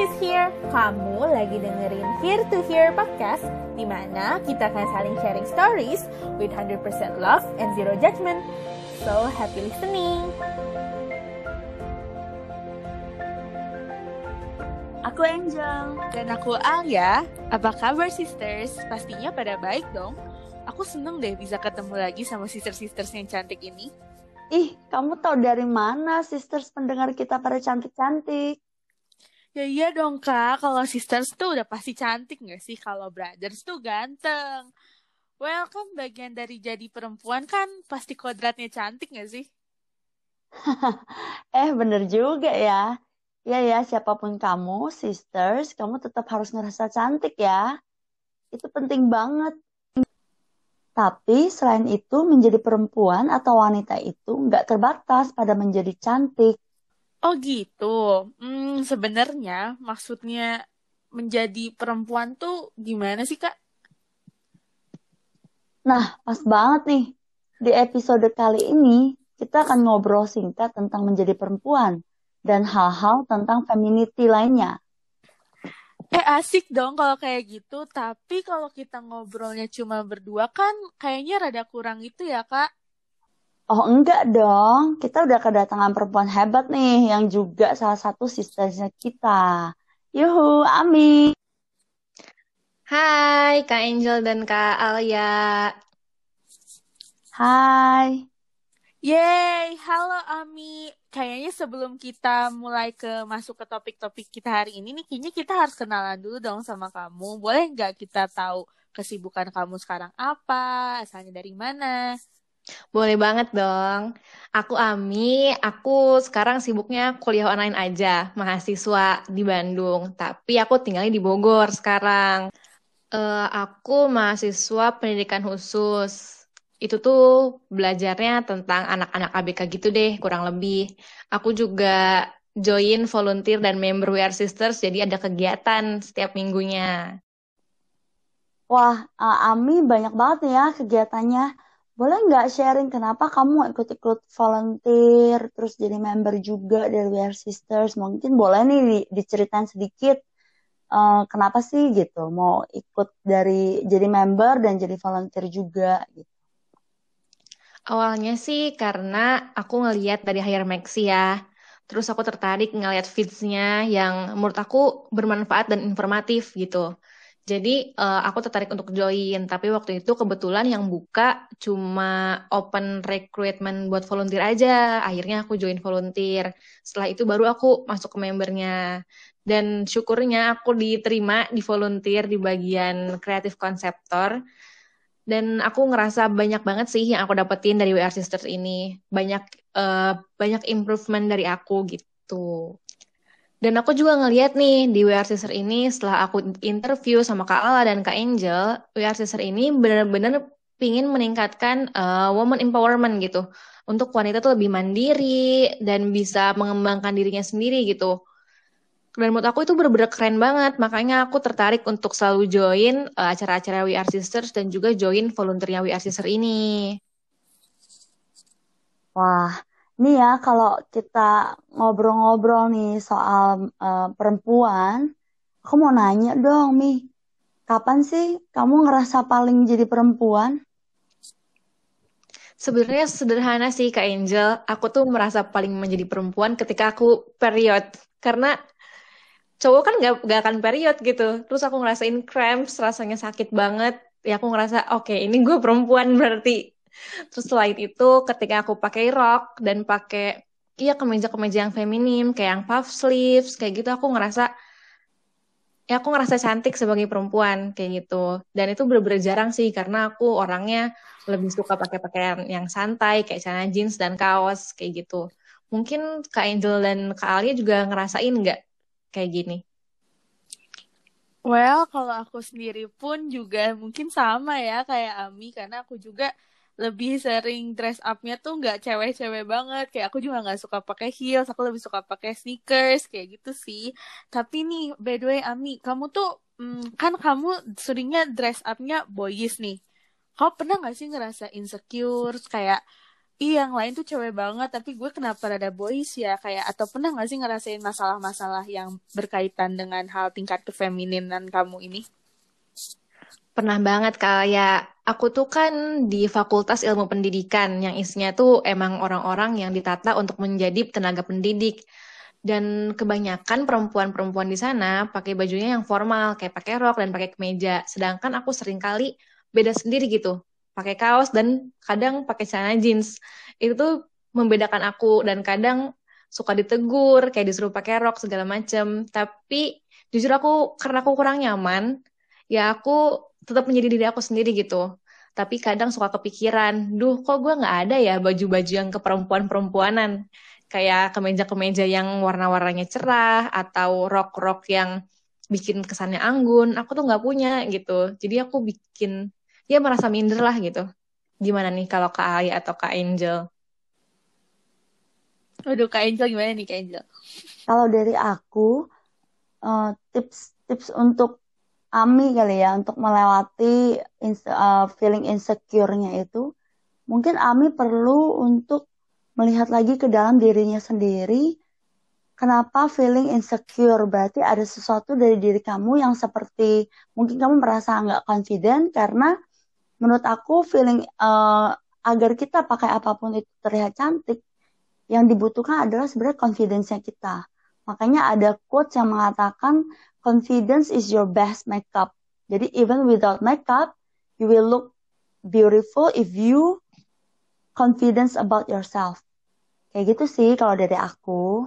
is here. Kamu lagi dengerin Here to Hear podcast, di mana kita akan saling sharing stories with 100% love and zero judgment. So, happy listening. Aku Angel. Dan aku Alia. Apa kabar sisters? Pastinya pada baik dong. Aku seneng deh bisa ketemu lagi sama sisters-sisters yang cantik ini. Ih, kamu tahu dari mana sisters pendengar kita pada cantik-cantik? Ya iya dong kak, kalau sisters tuh udah pasti cantik gak sih? Kalau brothers tuh ganteng. Well, kan bagian dari jadi perempuan kan pasti kodratnya cantik gak sih? Bener juga ya. Ya, siapapun kamu, sisters, kamu tetap harus ngerasa cantik ya. Itu penting banget. Tapi selain itu, menjadi perempuan atau wanita itu nggak terbatas pada menjadi cantik. Oh gitu. Sebenarnya maksudnya menjadi perempuan tuh gimana sih kak? Nah, pas banget nih. Di episode kali ini, kita akan ngobrol singkat tentang menjadi perempuan dan hal-hal tentang femininity lainnya. Asik dong kalau kayak gitu. Tapi kalau kita ngobrolnya cuma berdua kan kayaknya rada kurang gitu ya kak? Oh enggak dong, kita udah kedatangan perempuan hebat nih, yang juga salah satu sistersnya kita. Yuhu, Ami. Hai Kak Angel dan Kak Alia. Hai. Yeay, halo Ami. Kayaknya sebelum kita mulai masuk ke topik-topik kita hari ini nih, kayaknya kita harus kenalan dulu dong sama kamu. Boleh nggak kita tahu kesibukan kamu sekarang apa, asalnya dari mana? Boleh banget dong. Aku Ami, aku sekarang sibuknya kuliah online aja, mahasiswa di Bandung. Tapi aku tinggalnya di Bogor sekarang. Aku mahasiswa pendidikan khusus. Itu tuh belajarnya tentang anak-anak ABK gitu deh, kurang lebih. Aku juga join volunteer dan member We Are Sisters, jadi ada kegiatan setiap minggunya. Wah, Ami banyak banget nih ya kegiatannya. Boleh nggak sharing kenapa kamu ikut-ikut volunteer, terus jadi member juga dari We Are Sisters? Mungkin boleh nih diceritain sedikit kenapa sih gitu mau ikut dari jadi member dan jadi volunteer juga gitu. Awalnya sih karena aku ngeliat dari Hire Maxi ya. Terus aku tertarik ngeliat feeds-nya yang menurut aku bermanfaat dan informatif gitu. Jadi aku tertarik untuk join, tapi waktu itu kebetulan yang buka cuma open recruitment buat volunteer aja. Akhirnya aku join volunteer. Setelah itu baru aku masuk ke membernya. Dan syukurnya aku diterima di volunteer di bagian kreatif konseptor. Dan aku ngerasa banyak banget sih yang aku dapetin dari We Are Sisters ini. Banyak improvement dari aku gitu. Dan aku juga ngeliat nih di We Are Sisters ini setelah aku interview sama Kak Lala dan Kak Angel, We Are Sisters ini benar-benar pingin meningkatkan woman empowerment gitu. Untuk wanita tuh lebih mandiri dan bisa mengembangkan dirinya sendiri gitu. Dan menurut aku itu bener-bener keren banget, makanya aku tertarik untuk selalu join acara-acara We Are Sisters dan juga join volunteernya We Are Sisters ini. Wah, ini ya kalau kita ngobrol-ngobrol nih soal perempuan, aku mau nanya dong, Mi. Kapan sih kamu ngerasa paling jadi perempuan? Sebenarnya sederhana sih Kak Angel, aku tuh merasa paling menjadi perempuan ketika aku period. Karena cowok kan gak akan period gitu. Terus aku ngerasain cramps, rasanya sakit banget. Ya aku ngerasa, oke, ini gue perempuan berarti. Terus selain itu, ketika aku pakai rok dan pakai kemeja-kemeja yang feminim, kayak yang puff sleeves, kayak gitu, aku ngerasa cantik sebagai perempuan, kayak gitu. Dan itu bener-bener jarang sih, karena aku orangnya lebih suka pakai pakaian yang santai, kayak celana jeans dan kaos, kayak gitu. Mungkin Kak Angel dan Kak Alia juga ngerasain nggak kayak gini? Well, kalau aku sendiri pun juga mungkin sama ya kayak Ami, karena aku juga lebih sering dress up-nya tuh nggak cewek-cewek banget. Kayak aku juga nggak suka pakai heels, aku lebih suka pakai sneakers kayak gitu sih. Tapi nih, by the way Ami, kamu tuh kan kamu seringnya dress up-nya boyish nih. Kau pernah nggak sih ngerasa insecure kayak Iya, yang lain tuh cewek banget, tapi gue kenapa rada boys ya? Kayak, atau pernah gak sih ngerasain masalah-masalah yang berkaitan dengan hal tingkat kefemininan kamu ini? Pernah banget kayak aku tuh kan di Fakultas Ilmu Pendidikan yang isinya tuh emang orang-orang yang ditata untuk menjadi tenaga pendidik. Dan kebanyakan perempuan-perempuan di sana pakai bajunya yang formal, kayak pakai rok dan pakai kemeja. Sedangkan aku sering kali beda sendiri gitu, pakai kaos dan kadang pakai celana jeans. Itu tuh membedakan aku dan kadang suka ditegur, kayak disuruh pakai rok segala macem. Tapi jujur aku karena aku kurang nyaman, ya aku tetap menjadi diri aku sendiri gitu. Tapi kadang suka kepikiran, duh kok gue nggak ada ya baju-baju yang keperempuan-perempuanan kayak kemeja-kemeja yang warna-warnanya cerah atau rok-rok yang bikin kesannya anggun, aku tuh nggak punya gitu. Jadi aku bikin ya merasa minder lah gitu. Gimana nih kalau Kak Aya atau Kak Angel? Waduh, Kak Angel gimana nih, Kak Angel? Kalau dari aku, tips-tips untuk Ami kali ya, untuk melewati feeling insecure-nya itu, mungkin Ami perlu untuk melihat lagi ke dalam dirinya sendiri. Kenapa feeling insecure? Berarti ada sesuatu dari diri kamu yang seperti mungkin kamu merasa nggak confident karena menurut aku feeling agar kita pakai apapun itu terlihat cantik, yang dibutuhkan adalah sebenarnya confidence-nya kita. Makanya ada quotes yang mengatakan confidence is your best makeup. Jadi even without makeup, you will look beautiful if you confidence about yourself. Kayak gitu sih kalau dari aku.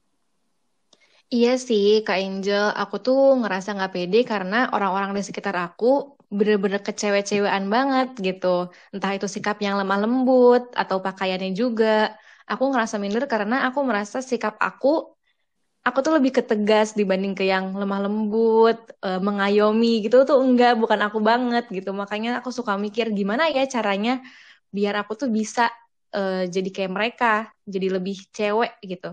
Iya sih, Kak Angel, aku tuh ngerasa nggak pede karena orang-orang di sekitar aku bener-bener kecewe-cewean banget gitu. Entah itu sikap yang lemah lembut atau pakaiannya juga. Aku ngerasa minder karena aku merasa sikap aku tuh lebih ketegas dibanding ke yang lemah lembut, mengayomi gitu tuh enggak, bukan aku banget gitu. Makanya aku suka mikir gimana ya caranya biar aku tuh bisa jadi kayak mereka, jadi lebih cewek gitu.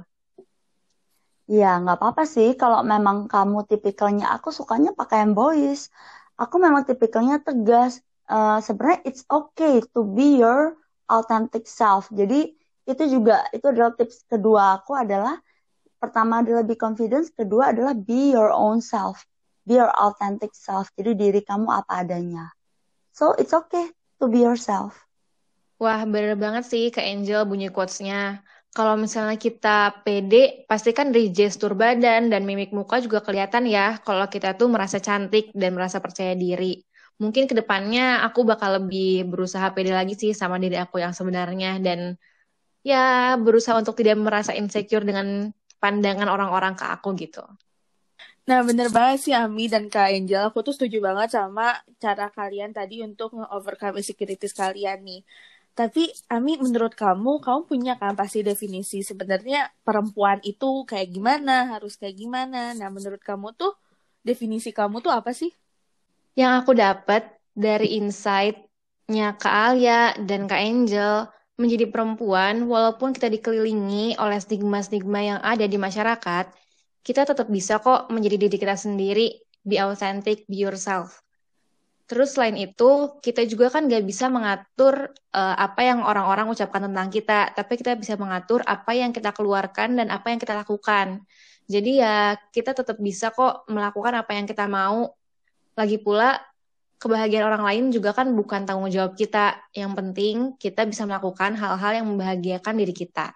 Ya, nggak apa-apa sih kalau memang kamu tipikalnya, aku sukanya pakaian boys. Aku memang tipikalnya tegas. Sebenarnya it's okay to be your authentic self. Jadi itu adalah tips kedua aku adalah pertama adalah be confidence, kedua adalah be your own self, be your authentic self. Jadi diri kamu apa adanya. So it's okay to be yourself. Wah, bener banget sih Kak Angel bunyi quotes-nya. Kalau misalnya kita pede, pasti kan dari gestur badan dan mimik muka juga kelihatan ya kalau kita tuh merasa cantik dan merasa percaya diri. Mungkin ke depannya aku bakal lebih berusaha pede lagi sih sama diri aku yang sebenarnya dan ya berusaha untuk tidak merasa insecure dengan pandangan orang-orang ke aku gitu. Nah, bener banget sih Ami dan Kak Angel. Aku tuh setuju banget sama cara kalian tadi untuk nge-overcome insecurities kalian nih. Tapi Ami, menurut kamu punya kan pasti definisi sebenarnya perempuan itu kayak gimana, harus kayak gimana. Nah, menurut kamu tuh definisi kamu tuh apa sih? Yang aku dapat dari insight-nya Kak Alia dan Kak Angel, menjadi perempuan, walaupun kita dikelilingi oleh stigma-stigma yang ada di masyarakat, kita tetap bisa kok menjadi diri kita sendiri, be authentic, be yourself. Terus selain itu, kita juga kan gak bisa mengatur apa yang orang-orang ucapkan tentang kita, tapi kita bisa mengatur apa yang kita keluarkan dan apa yang kita lakukan. Jadi ya kita tetap bisa kok melakukan apa yang kita mau. Lagi pula, kebahagiaan orang lain juga kan bukan tanggung jawab kita. Yang penting kita bisa melakukan hal-hal yang membahagiakan diri kita.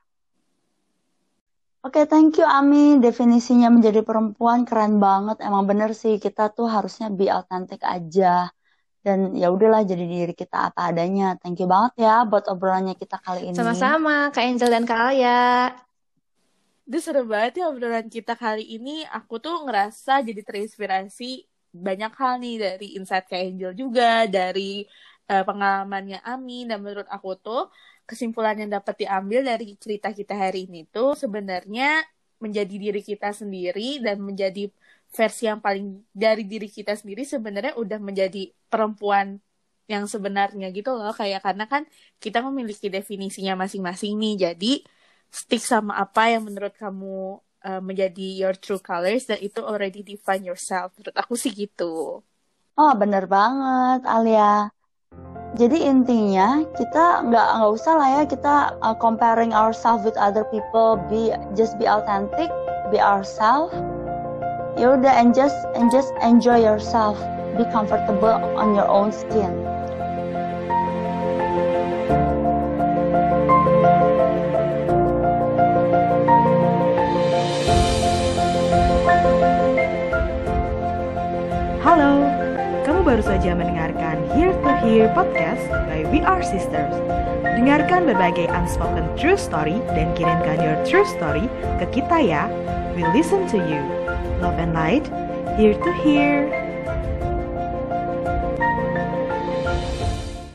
Oke, thank you Ami. Definisinya menjadi perempuan keren banget. Emang bener sih kita tuh harusnya be authentic aja. Dan ya udahlah jadi diri kita apa adanya. Thank you banget ya buat obrolannya kita kali ini. Sama-sama, Kak Angel dan Kak Alia. Itu seru banget ya obrolan kita kali ini. Aku tuh ngerasa jadi terinspirasi banyak hal nih dari insight Kak Angel juga, dari pengalamannya Ami. Dan menurut aku tuh kesimpulan yang dapat diambil dari cerita kita hari ini tuh sebenarnya menjadi diri kita sendiri dan menjadi versi yang paling dari diri kita sendiri sebenarnya udah menjadi perempuan yang sebenarnya gitu loh. Kayak karena kan kita memiliki definisinya masing-masing nih. Jadi stick sama apa yang menurut kamu menjadi your true colors dan itu already define yourself. Menurut aku sih gitu. Oh, bener banget Alia. Jadi intinya kita nggak usah lah ya kita comparing ourselves with other people. Just be authentic, be ourselves. Ya udah, and just enjoy yourself. Be comfortable on your own skin. Halo, kamu baru saja mendengarkan Here to Hear Podcast by We Are Sisters. Dengarkan berbagai unspoken true story dan kirimkan your true story ke kita ya. We listen to you. Love and light, here to hear.